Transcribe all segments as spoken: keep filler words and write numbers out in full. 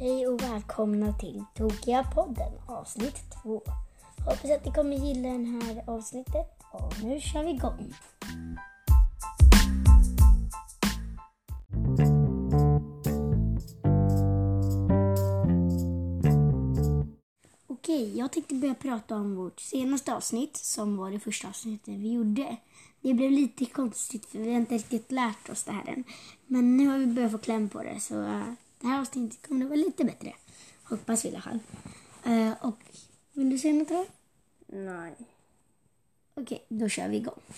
Hej och välkomna till Tokiga podden avsnitt två. Hoppas att ni kommer gilla det här avsnittet och nu kör vi igång. Okej, jag tänkte börja prata om vårt senaste avsnitt som var det första avsnittet vi gjorde. Det blev lite konstigt för vi har inte riktigt lärt oss det här än. Men nu har vi börjat få kläm på det så uh, det här avsnittet kommer att vara lite bättre. Hoppas vi i alla fall. Uh, och vill du säga något här? Nej. Okej, då kör vi igång.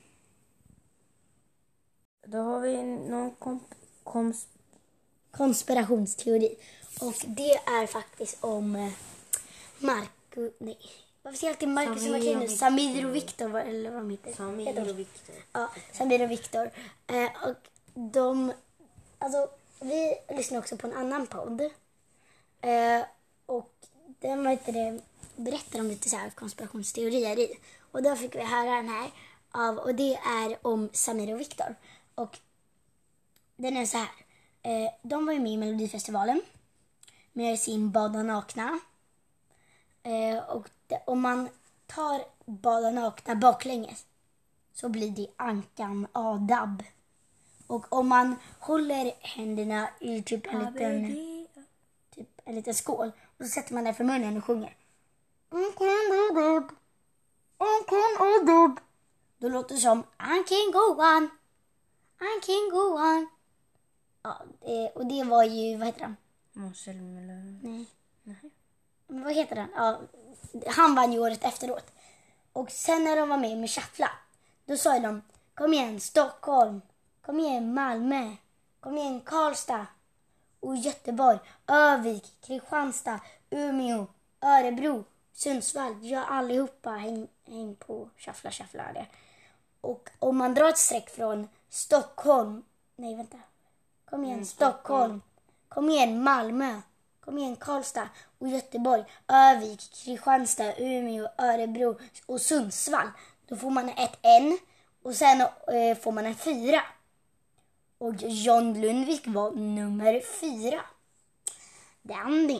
Då har vi någon komp- kons- konspirationsteori. Och det är faktiskt om uh, Marco... Nej. Varför säger jag alltid Marcus och Martinus? Samir och Viktor, eller vad de heter. Samir och Viktor. Ja, Samir och Viktor. Eh, och de... Alltså, vi lyssnar också på en annan podd. Eh, och den vad heter det, berättar om lite så här konspirationsteorier i. Och då fick vi höra den här. Av, och det är om Samir och Viktor. Och den är så här. Eh, de var ju med i Melodifestivalen. Med sin Bada nakna. Eh, och det, om man tar Bada nakna baklänges så blir det Ankan Adab. Och om man håller händerna i typ en liten, typ en liten skål och så sätter man den för munnen och sjunger Ankan Adab, Ankan Adab. Då låter det som Ankan go on, Ankan go on. Ja, det, och det var ju, vad heter han? Måns Zelmerlöw. Nej. Nej. Men vad heter den? Ja, han vann ju året efteråt. Och sen när de var med med Shuffla, då sa de, kom igen Stockholm, kom igen Malmö, kom igen Karlstad och Göteborg, Övik, Kristianstad, Umeå, Örebro, Sundsvall. Ja, allihopa häng, häng på Shuffla, Shuffla det. Och om man drar ett streck från Stockholm, nej vänta, kom igen mm, Stockholm, kom igen Malmö, kom igen Karlstad och Göteborg, Övik, Kristianstad, Umeå, Örebro och Sundsvall. Då får man ett N och sen eh, får man en fyra. Och John Lundvik var nummer fyra. Den.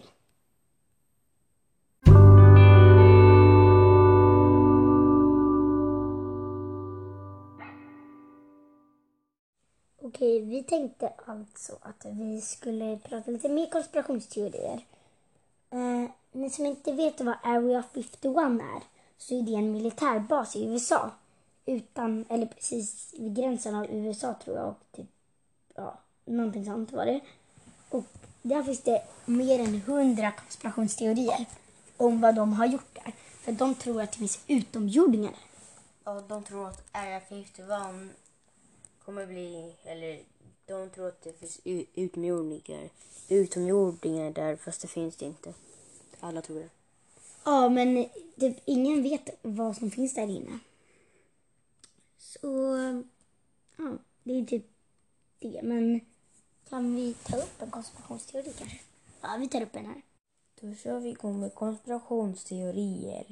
Okej, vi tänkte alltså att vi skulle prata lite mer konspirationsteorier. Eh, ni som inte vet vad Area femtioett är, så är det en militärbas i U S A. Utan, eller precis vid gränsen av U S A tror jag. Och typ, ja, någonting sånt var det. Och där finns det mer än hundra konspirationsteorier om vad de har gjort där. För de tror att det finns utomjordingar. Och de tror att Area femtioett kommer bli, eller de tror att det finns u- utomjordingar. Utomjordingar där, fast det finns det inte. Alla tror det. Ja, men typ ingen vet vad som finns där inne. Så, ja, det är typ det. Men kan vi ta upp en konspirationsteori kanske? Ja, vi tar upp en här. Då kör vi igång med konspirationsteorier.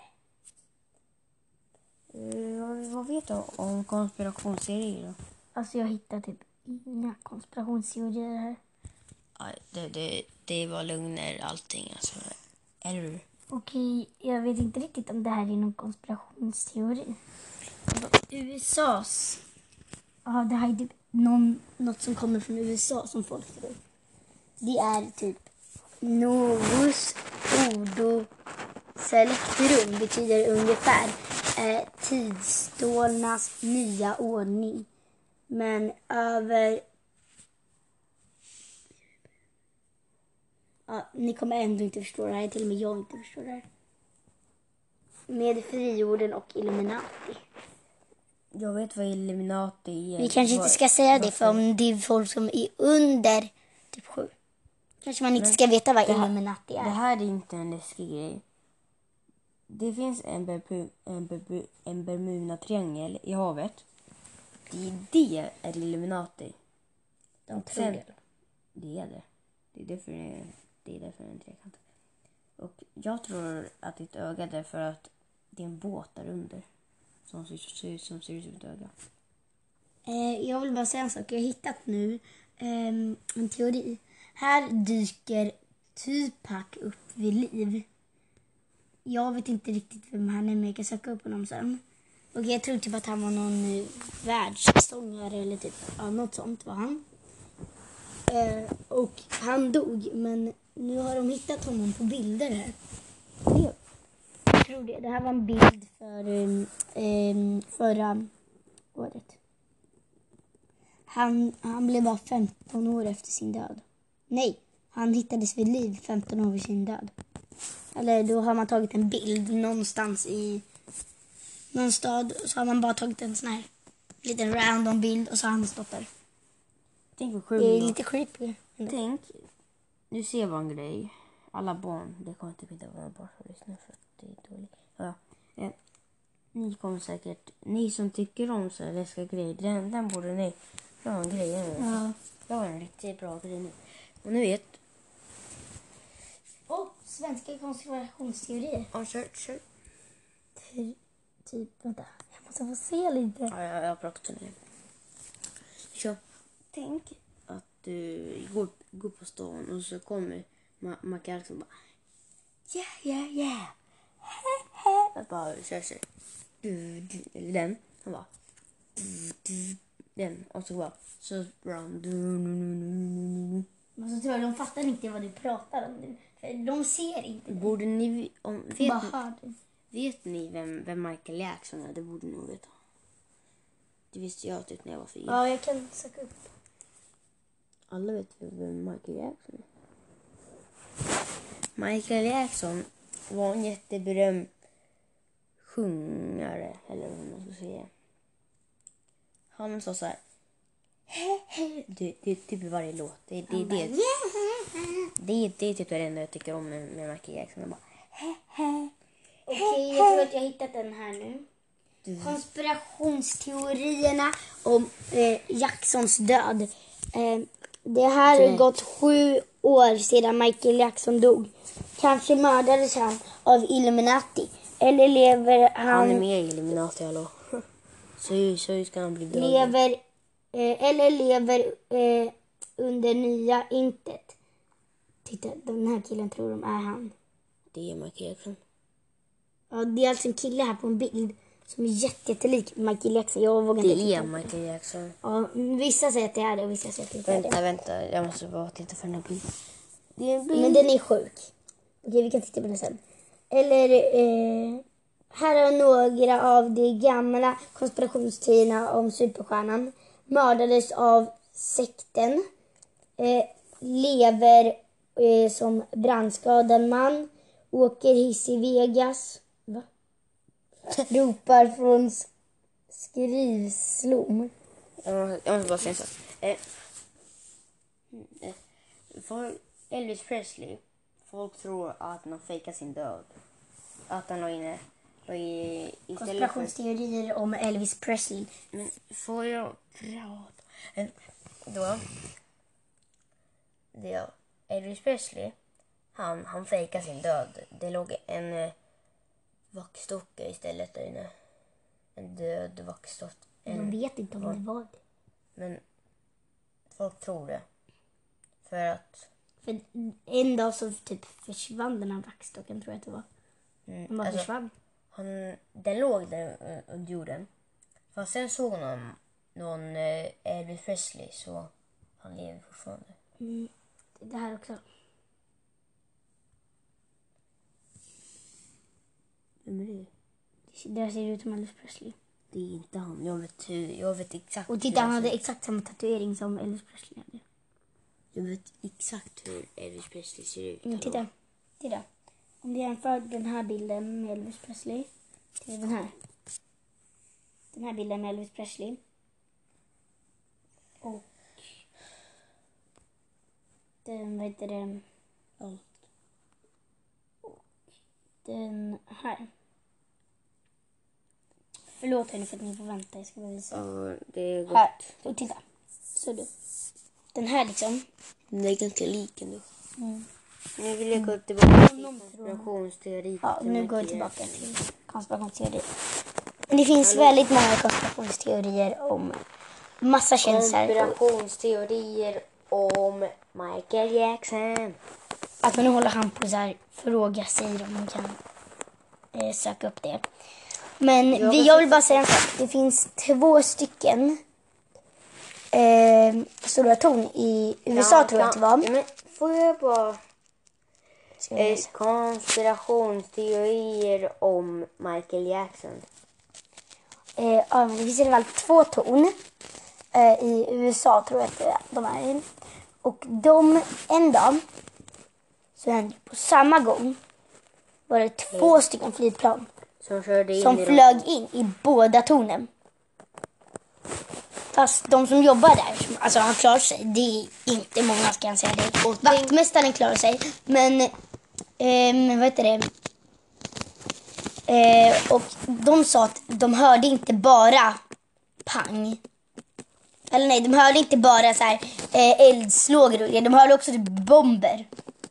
Uh, vad vet du om konspirationsteorier då? Alltså jag hittar typ inga konspirationsteorier här. Ja, det, det, det var lugner allting alltså. Eller? Okej, jag vet inte riktigt om det här är någon konspirationsteori. U S A's. Ja, det här är typ någon, något som kommer från U S A som folk tror. Det är typ Novus Ordo Selectrum, betyder ungefär eh, tidsstålnas nya ordning. Men över... Ja, ni kommer ändå inte förstå det här. Till och med jag inte förstår det här. Med friorden och Illuminati. Jag vet vad Illuminati är. Vi kanske inte ska säga det för om det är folk som är under typ sju. Kanske man inte ska veta vad Illuminati är. Det här är inte en läskig grej. Det finns en, Berpu, en, Berpu, en Bermuda-triangel i havet. Det är det är Illuminati. De tror det. Det är det. Det är därför det är, det är därför det är en trekant. Och jag tror att det är ett öga därför att det är en båt där under. Som ser, ser, som ser ut som ett öga. Eh, jag vill bara säga en sak. Jag har hittat nu eh, en teori. Här dyker Tupac upp vid liv. Jag vet inte riktigt vem han är, men jag kan söka upp honom sen. Och jag tror typ att han var någon eh, världssångare eller typ ja, något sånt var han. Eh, och han dog, men nu har de hittat honom på bilder här. Ja, jag tror det. Det här var en bild för um, um, förra året. Han, han blev bara femton år efter sin död. Nej, han hittades vid liv femton år vid sin död. Eller då har man tagit en bild någonstans i någon stad. Så har man bara tagit en sån här liten random bild och så har han stått där. Tänk vad Det sjukt. är lite creepy. Tänk, du ser bara en grej. Alla barn, det kommer typ inte vara barn som lyssnar för att det är dåligt. Ja, eh, ni kommer säkert, ni som tycker om så här läskiga grejer, den, den borde ni ha en grej nu. Ja. Jag har en riktigt bra grej nu. Och ni vet, Och svenska konspirationsteorier. ja, kör, kör. Ty, typ, vänta. Jag måste få se lite. Ja, jag, jag har pratat om det. Så, tänk att du går, går på stan och så kommer Ma- Michael Jackson bara yeah, yeah, yeah. Jag bara kör, kör. Du, du, eller den. Han bara du, du, den. Och så bara så brown. Du, nu, nu, nu, nu, nu. Men så tror jag de fattar inte vad du pratar om nu. För de ser inte. Borde ni, om, vet, De bara ni, hör det. vet ni vem, vem Michael Jackson är? Det borde ni nog veta. Det visste jag typ när jag var fyra. Ja, jag kan söka upp. Alla vet vem Michael Jackson är. Michael Jackson var en jätteberömd sjungare, eller vad man ska säga. Han sa så här. Det, det är typ i varje låt. Det, det, det, det, det, det är typ det enda jag tycker om med, med Michael Jackson. Han bara, Okej, jag tror att jag har hittat den här nu. Konspirationsteorierna om eh, Jacksons död. Eh, det här har Nej. gått sju år sedan Michael Jackson dog. Kanske mördades han av Illuminati. Eller lever han... han är med i Illuminati, hallå. Så, så ska han bli död. lever eh, eller lever eh, under nya intet. Titta, den här killen tror de är han. Det är Michael Jackson. Ja, det är alltså en kille här på en bild som är jätte- jättelik Michael Jackson. Jag vågar inte Det är titta. Michael Jackson. Ja, vissa säger att det är det och vissa säger att det inte är det. Vänta, vänta. Jag måste bara titta för den här bilden. Det är en bild. Men den är sjuk. Okej, vi kan titta på den sen. Eller, eh, här är några av de gamla konspirationsteorierna om superstjärnan. Mördades av sekten. Eh, lever eh, som brandskadad man. Åker hiss i Vegas. Va? Ropar från sk- skrivslom. Jag måste, jag måste bara säga en sak. Eh, eh, för Elvis Presley, folk tror att han fejkar sin död. Att han låg inne. Och i, istället för, Konspirationsteorier om Elvis Presley. men får jag prata? Eh, då. Det är Elvis Presley. Han, han fejkar sin död. Det låg en eh, vaxdocka istället där inne. En död vaxdocka. Man vet inte om det var det. Men folk tror det. För att... För en dag så typ försvann den här vaxdockan, tror jag att det var. Mm, Den bara alltså, försvann. han, den låg där uh, under jorden. Fast sen såg någon, någon uh, Elvis Presley, så han lever fortfarande. Mm. Det här också. Vem är det? Det här ser ut som Elvis Presley. Det är inte han. Jag vet, hur, jag vet exakt Och hur titta, han han hade ser ut. exakt samma tatuering som Elvis Presley hade. Jag vet exakt hur Elvis Presley ser ut. Mm, hallå. titta. Titta. Om vi jämför den här bilden med Elvis Presley till den här. Den här bilden med Elvis Presley. Och den, vad heter det? Ja. Den här. Förlåt henne för att ni får vänta, jag ska bara visa. Ja, det är gott. Här, och titta. Så du. Den här liksom. Den är ganska lik ändå. Mm. Nu vill jag gå tillbaka till Någon tror- konspirationsteori. Ja, till nu går vi Michael tillbaka Jackson. till konspirationsteorier. Men det finns väldigt många konspirationsteorier om massa kändisar. Konspirationsteorier om Michael Jackson. Alltså nu håller han på så här fråga sig om man kan eh, söka upp det. Men Jag vi, vill jag vill bara säga en sak. Det finns två stycken eh, stora torn i U S A tror jag att det var. Men får jag bara... Ska vi Eh, läsa? konspirationsteorier om Michael Jackson. Eh, ja, men det finns i alla fall två torn eh, i U S A tror jag att det- de är i. Och de, en dag så hände på samma gång var det två stycken flygplan Som körde in som i flög in i båda tornen. Fast de som jobbar där, som- alltså han klarar sig. Det är inte många ska jag säga det. Och tänk- Vaktmästaren klarar sig. Men, eh, vad heter det? Eh, och de sa att de hörde inte bara pang. Eller nej, de hörde inte bara så här eh, eldslågor. De hörde också typ bomber.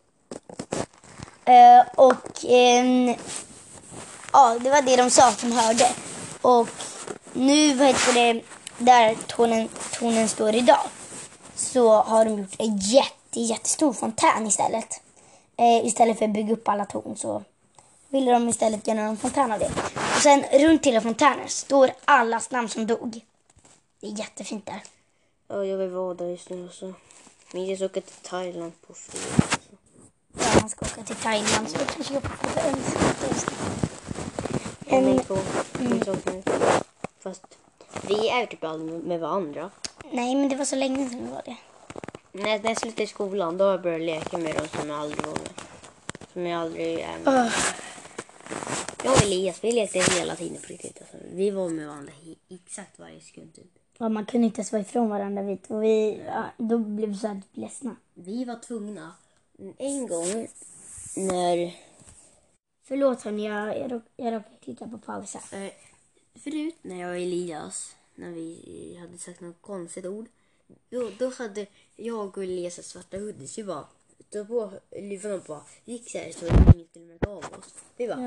Eh, och eh, ja, det var det de sa att de hörde. Och nu, vad heter det, där tornen, tornen står idag, så har de gjort en jätte, jättestor fontän istället. Eh, istället för att bygga upp alla torn så ville de istället göra en fontän av det. Och sen runt hela fontänen står allas namn som dog. Det är jättefint där. Ja, jag vill vara där just nu också. Men jag ska åka till Thailand på fredag. Ja, han ska åka till Thailand så då kanske jag får få önska. Jag En, tänker på en sak nu. Fast vi är typ aldrig med varandra. nej, men det var så länge sedan det var det. När när jag slutar i skolan då har jag börjat leka med dem som jag aldrig var med. Som jag aldrig är med. Oh. Jag och Elias, vi lekte hela tiden på riktigt. Alltså. Vi var med varandra i exakt varje sekund typ. Ja, man kunde inte ens vara ifrån varandra vi två. Vi, ja, då blev vi så här ledsna. Vi var tvungna en gång när... Förlåt hörni, jag, jag, råk, jag råkade klicka på paus här. Eh, förut när jag och Elias, när vi hade sagt något konstigt ord, då, då hade jag och Elias svarta hoodies. Vi bara, då på luvan och bara gick så här så ingen skulle märka av oss. Vi bara, Ja.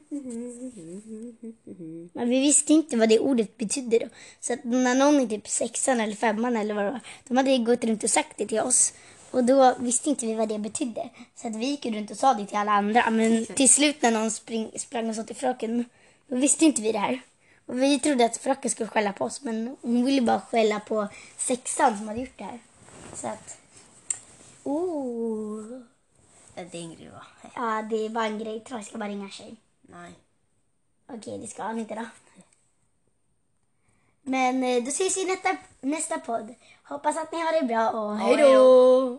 Men vi visste inte vad det ordet betydde då. Så att när någon i typ sexan eller femman eller vad det var, de hade gått runt och sagt det till oss. Och då visste inte vi vad det betydde. Så att vi gick runt och sa det till alla andra. Men till slut när någon spring, sprang och sa till fröken, då visste inte vi det här. Och vi trodde att fröken skulle skälla på oss. Men hon ville bara skälla på sexan som hade gjort det här. Så att... Oh. det är en grej va? Ja, det var en grej. Jag tror jag ska bara ringa tjej. Nej. Okej, det ska han inte då. Men eh, då ses vi i nästa, nästa podd. Hoppas att ni har det bra och hej då!